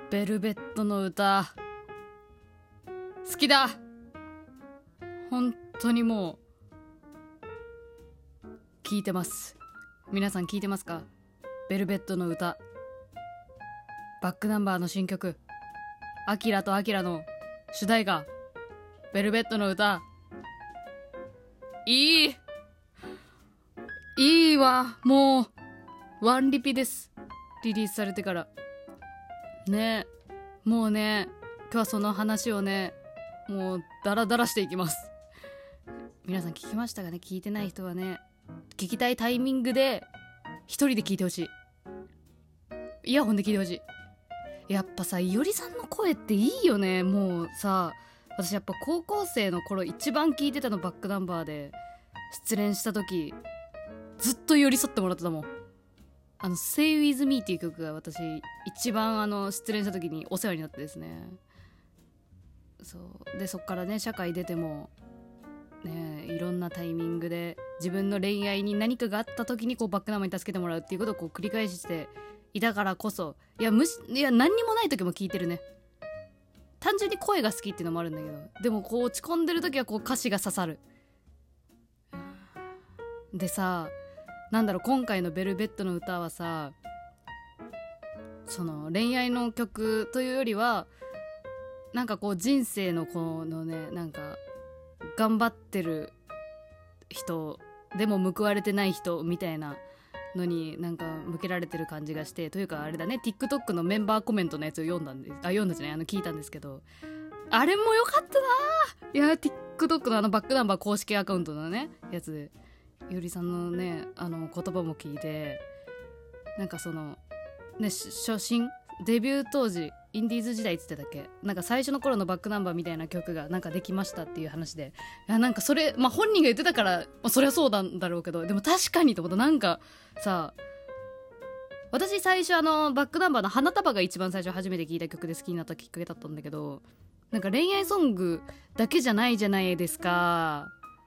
ベルベットの歌好きだ。本当にもう聞いてます。皆さん聞いてますか？ベルベットの歌、バックナンバーの新曲、アキラとアキラの主題歌、ベルベットの歌。いいわ。もうワンリピです。リリースされてからね。もうね、今日はその話をね、もうダラダラしていきます。皆さん聞きましたかね？聞いてない人はね、聞きたいタイミングで一人で聞いてほしい。イヤホンで聞いてほしい。やっぱさ、いおりさんの声っていいよね。もうさ、私やっぱ高校生の頃一番聞いてたのバックナンバーで、失恋した時ずっと寄り添ってもらってたもん。Say With Me っていう曲が私一番失恋した時にお世話になってですね。そうで、そっからね、社会出てもね、いろんなタイミングで自分の恋愛に何かがあった時にこうバックナンバーに助けてもらうっていうことをこう繰り返していたからこそ、いや何にもない時も聞いてるね。単純に声が好きっていうのもあるんだけど、でもこう落ち込んでる時はこう歌詞が刺さる。でさ、なんだろう、今回のベルベットの歌はさ、その恋愛の曲というよりは、なんかこう人生のこのね、なんか頑張ってる人でも報われてない人みたいなのになんか向けられてる感じがして、というかあれだね、 TikTok のメンバーコメントのやつを読んだんじゃない、聞いたんですけど、あれもよかったな。いや TikTok のバックナンバー公式アカウントのねやつでいおりさんのね言葉も聞いて、なんかそのね、初心デビュー当時インディーズ時代っつってたっけ、なんか最初の頃のバックナンバーみたいな曲がなんかできましたっていう話で、いやなんかそれ、まあ、本人が言ってたから、まあ、そりゃそうなんだろうけど、でも確かにと思った。なんかさ、私最初バックナンバーの花束が一番最初初めて聴いた曲で好きになったきっかけだったんだけど、なんか恋愛ソングだけじゃないじゃないですか。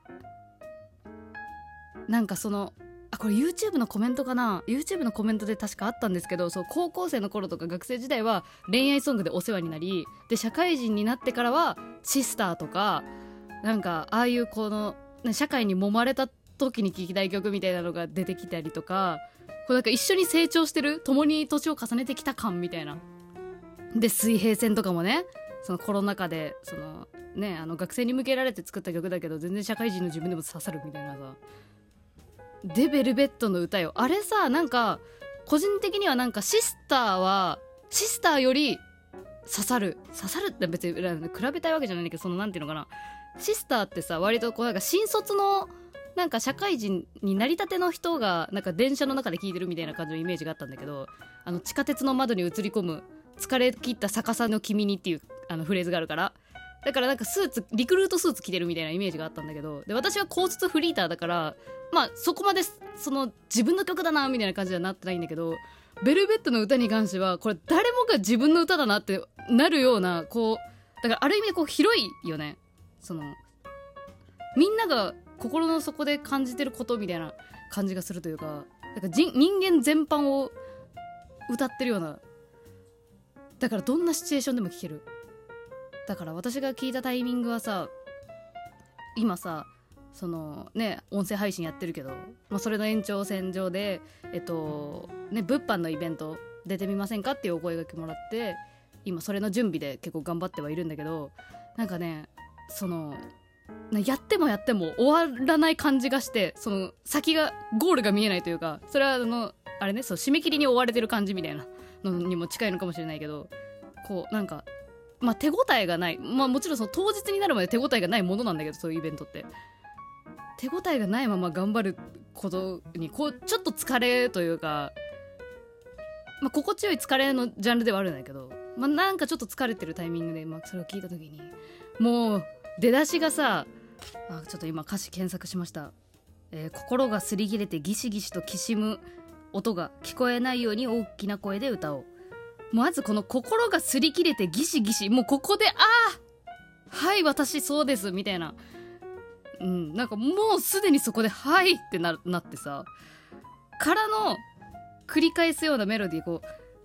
なんかそのこれ YouTube のコメントかな、 YouTube のコメントで確かあったんですけど、そう高校生の頃とか学生時代は恋愛ソングでお世話になり、で社会人になってからはシスターとか、なんかああいうこの、ね、社会に揉まれた時に聴きたい曲みたいなのが出てきたりとか、こうなんか一緒に成長してる、共に年を重ねてきた感みたいな。で水平線とかもね、そのコロナ禍でそのね、学生に向けられて作った曲だけど全然社会人の自分でも刺さるみたいなさ。でベルベットの歌よ、あれさ、なんか個人的にはなんかシスターより刺さるって別に比べたいわけじゃないんだけど、そのなんていうのかな、シスターってさ割とこうなんか新卒のなんか社会人になりたての人がなんか電車の中で聴いてるみたいな感じのイメージがあったんだけど、地下鉄の窓に映り込む疲れ切った逆さの君にっていうフレーズがあるから、だからなんかリクルートスーツ着てるみたいなイメージがあったんだけど、で私は高卒フリーターだから、まあそこまでその自分の曲だなみたいな感じにはなってないんだけど、ベルベットの歌に関してはこれ誰もが自分の歌だなってなるような、こうだからある意味こう広いよね。そのみんなが心の底で感じてることみたいな感じがするというか、なんか人間全般を歌ってるような、だからどんなシチュエーションでも聴ける。だから私が聞いたタイミングはさ、今さそのね音声配信やってるけど、まあ、それの延長線上でね物販のイベント出てみませんかっていうお声掛けもらって、今それの準備で結構頑張ってはいるんだけど、なんかねそのやっても終わらない感じがして、その先がゴールが見えないというか、それはあれね、そう締め切りに追われてる感じみたいなのにも近いのかもしれないけど、こうなんかまあ手応えがない、まあもちろんその当日になるまで手応えがないものなんだけど、そういうイベントって手応えがないまま頑張ることにこうちょっと疲れというか、まあ心地よい疲れのジャンルではあるんだけど、まあなんかちょっと疲れてるタイミングで、まあそれを聞いた時にもう出だしがさ、ちょっと今歌詞検索しました。心が擦り切れてギシギシときしむ音が聞こえないように大きな声で歌おう。まずこの心が擦り切れてギシギシ、もうここではい私そうですみたいな、なんかもうすでにそこではいってなってさ、からの繰り返すようなメロディー、こう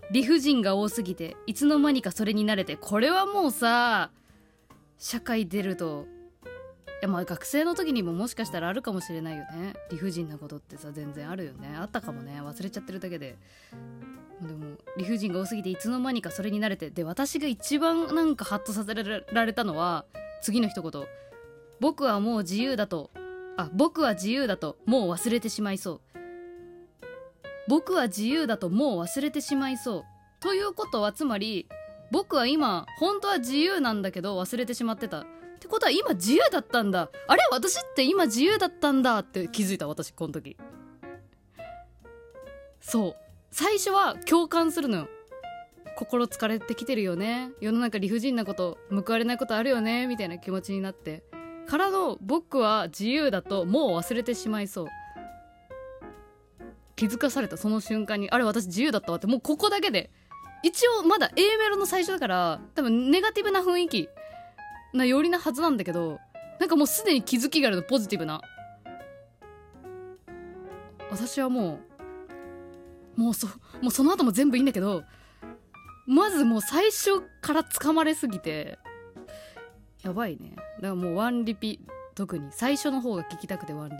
理不尽が多すぎていつの間にかそれに慣れて、これはもうさ社会出ると、いやまあ学生の時にももしかしたらあるかもしれないよね。理不尽なことってさ全然あるよね。あったかもね、忘れちゃってるだけで。でも理不尽が多すぎていつの間にかそれに慣れて、で私が一番なんかハッとさせられたのは次の一言。僕は自由だともう忘れてしまいそう。僕は自由だともう忘れてしまいそう。ということはつまり僕は今本当は自由なんだけど忘れてしまってたってことは、今自由だったんだ、あれ私って今自由だったんだって気づいた。私この時そう最初は共感するのよ。心疲れてきてるよね、世の中理不尽なこと、報われないことあるよねみたいな気持ちになってからの、僕は自由だともう忘れてしまいそう。気づかされたその瞬間に、あれ私自由だったわって。もうここだけで、一応まだ A メロの最初だから多分ネガティブな雰囲気なよりなはずなんだけど、なんかもうすでに気づきがあるの、ポジティブな。私はもうその後も全部いいんだけど、まずもう最初から掴まれすぎてやばいね。だからもうワンリピ、特に最初の方が聞きたくてワンリピ。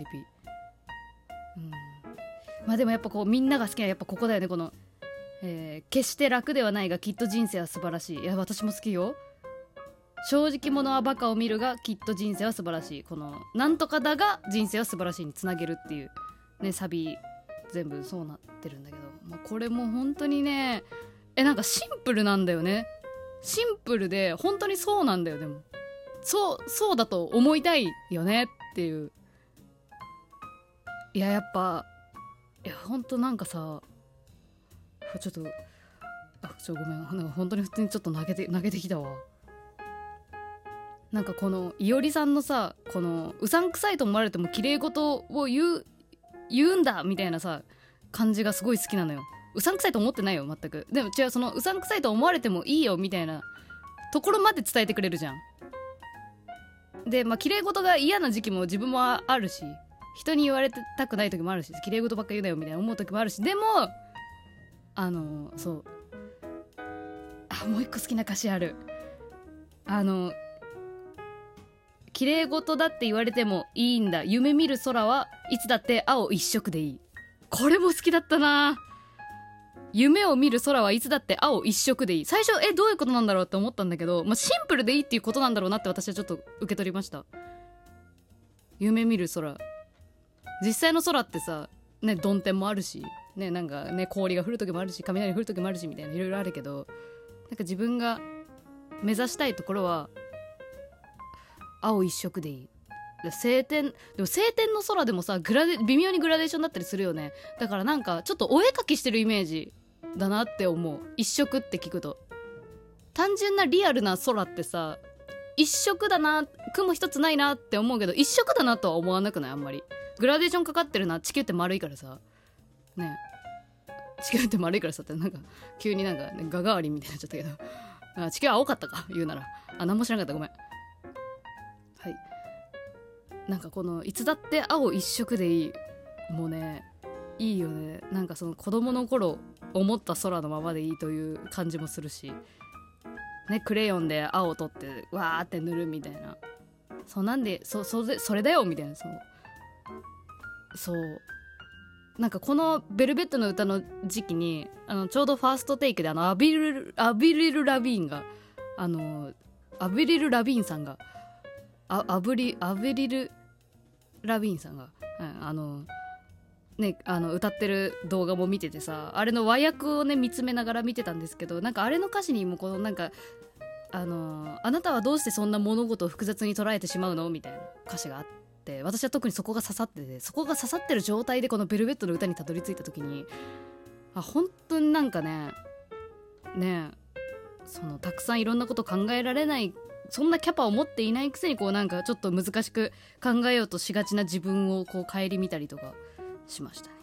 まあでもやっぱこうみんなが好きなやっぱここだよね、この、決して楽ではないがきっと人生は素晴らしい。いや私も好きよ。正直者はバカを見るがきっと人生は素晴らしい。このなんとかだが人生は素晴らしいにつなげるっていうね、サビ全部そうなってるんだけど、まあ、これも本当にね、なんかシンプルなんだよね。シンプルで本当にそうなんだよ。でもそうだと思いたいよねっていう。いややっぱ本当なんかさ、ちょっとごめん、なんか本当に普通にちょっと泣けてきたわ。なんかこのいおりさんのさ、このうさんくさいと思われても綺麗事を言うんだみたいなさ感じがすごい好きなのよ。うさんくさいと思ってないよ全く。でも違う、そのうさんくさいと思われてもいいよみたいなところまで伝えてくれるじゃん。でまあ綺麗事が嫌な時期も自分もあるし、人に言われたくない時もあるし、綺麗事ばっか言うなよみたいな思う時もあるし、でもそうもう一個好きな歌詞ある。綺麗事だって言われてもいいんだ、夢見る空はいつだって青一色でいい。これも好きだったな。夢を見る空はいつだって青一色でいい。最初どういうことなんだろうって思ったんだけど、まあ、シンプルでいいっていうことなんだろうなって私はちょっと受け取りました。夢見る空、実際の空ってさね、曇天もあるしね、なんかね氷が降る時もあるし雷降る時もあるしみたいないろいろあるけど、なんか自分が目指したいところは青一色でいい。晴天でも晴天の空でもさ微妙にグラデーションだったりするよね。だからなんかちょっとお絵描きしてるイメージだなって思う。一色って聞くと単純なリアルな空ってさ一色だな、雲一つないなって思うけど一色だなとは思わなくない？あんまりグラデーションかかってるな。地球って丸いからさね、地球って丸いからさってなんか急になんか、ね、ガガーリンみたいになっちゃったけど、地球は青かったか言うなら、何も知らなかった、ごめん。はい、なんかこのいつだって青一色でいい、もうねいいよね。なんかその子供の頃思った空のままでいいという感じもするしね、クレヨンで青を取ってわーって塗るみたいな、そうなんでそれだよみたいな、そうなんかこのベルベットの歌の時期にちょうどファーストテイクでアビリル・ラビーンがアビリル・ラビーンさんがアビリル・ラビーンさんが、ね、歌ってる動画も見ててさ、あれの和訳をね見つめながら見てたんですけど、なんかあれの歌詞にもこのなんかあなたはどうしてそんな物事を複雑に捉えてしまうのみたいな歌詞があって、私は特にそこが刺さってて、そこが刺さってる状態でこのベルベットの歌にたどり着いた時に本当になんかねそのたくさんいろんなこと考えられない、そんなキャパを持っていないくせにこうなんかちょっと難しく考えようとしがちな自分をこう顧みたりとかしましたね。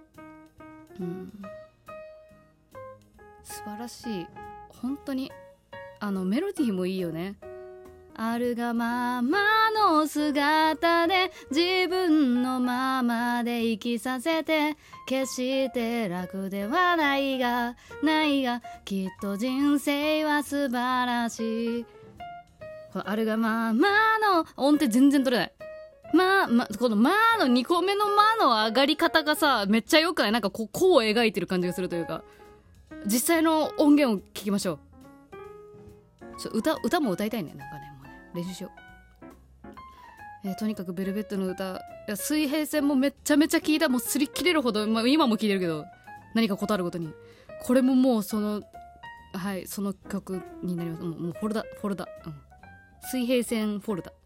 素晴らしい本当に。メロディーもいいよね。あるがままのの姿で自分のままで生きさせて、決して楽ではないがきっと人生は素晴らしい。このあるがままの音程全然取れない。このの2個目のの上がり方がさ、めっちゃ良くない？なんかこう描いてる感じがするというか。実際の音源を聞きましょう。歌も歌いたいね。なんかね、もうね、練習しよう。とにかくベルベットの歌、水平線もめっちゃめちゃ聞いた。もう擦り切れるほど、今も聞いてるけど、何かことあるごとに。これももうその曲になります。もうフォルダ、水平線フォルダ。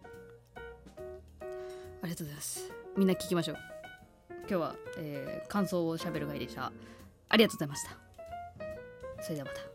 ありがとうございます。みんな聞きましょう。今日は、感想をしゃべる会でした。ありがとうございました。それではまた。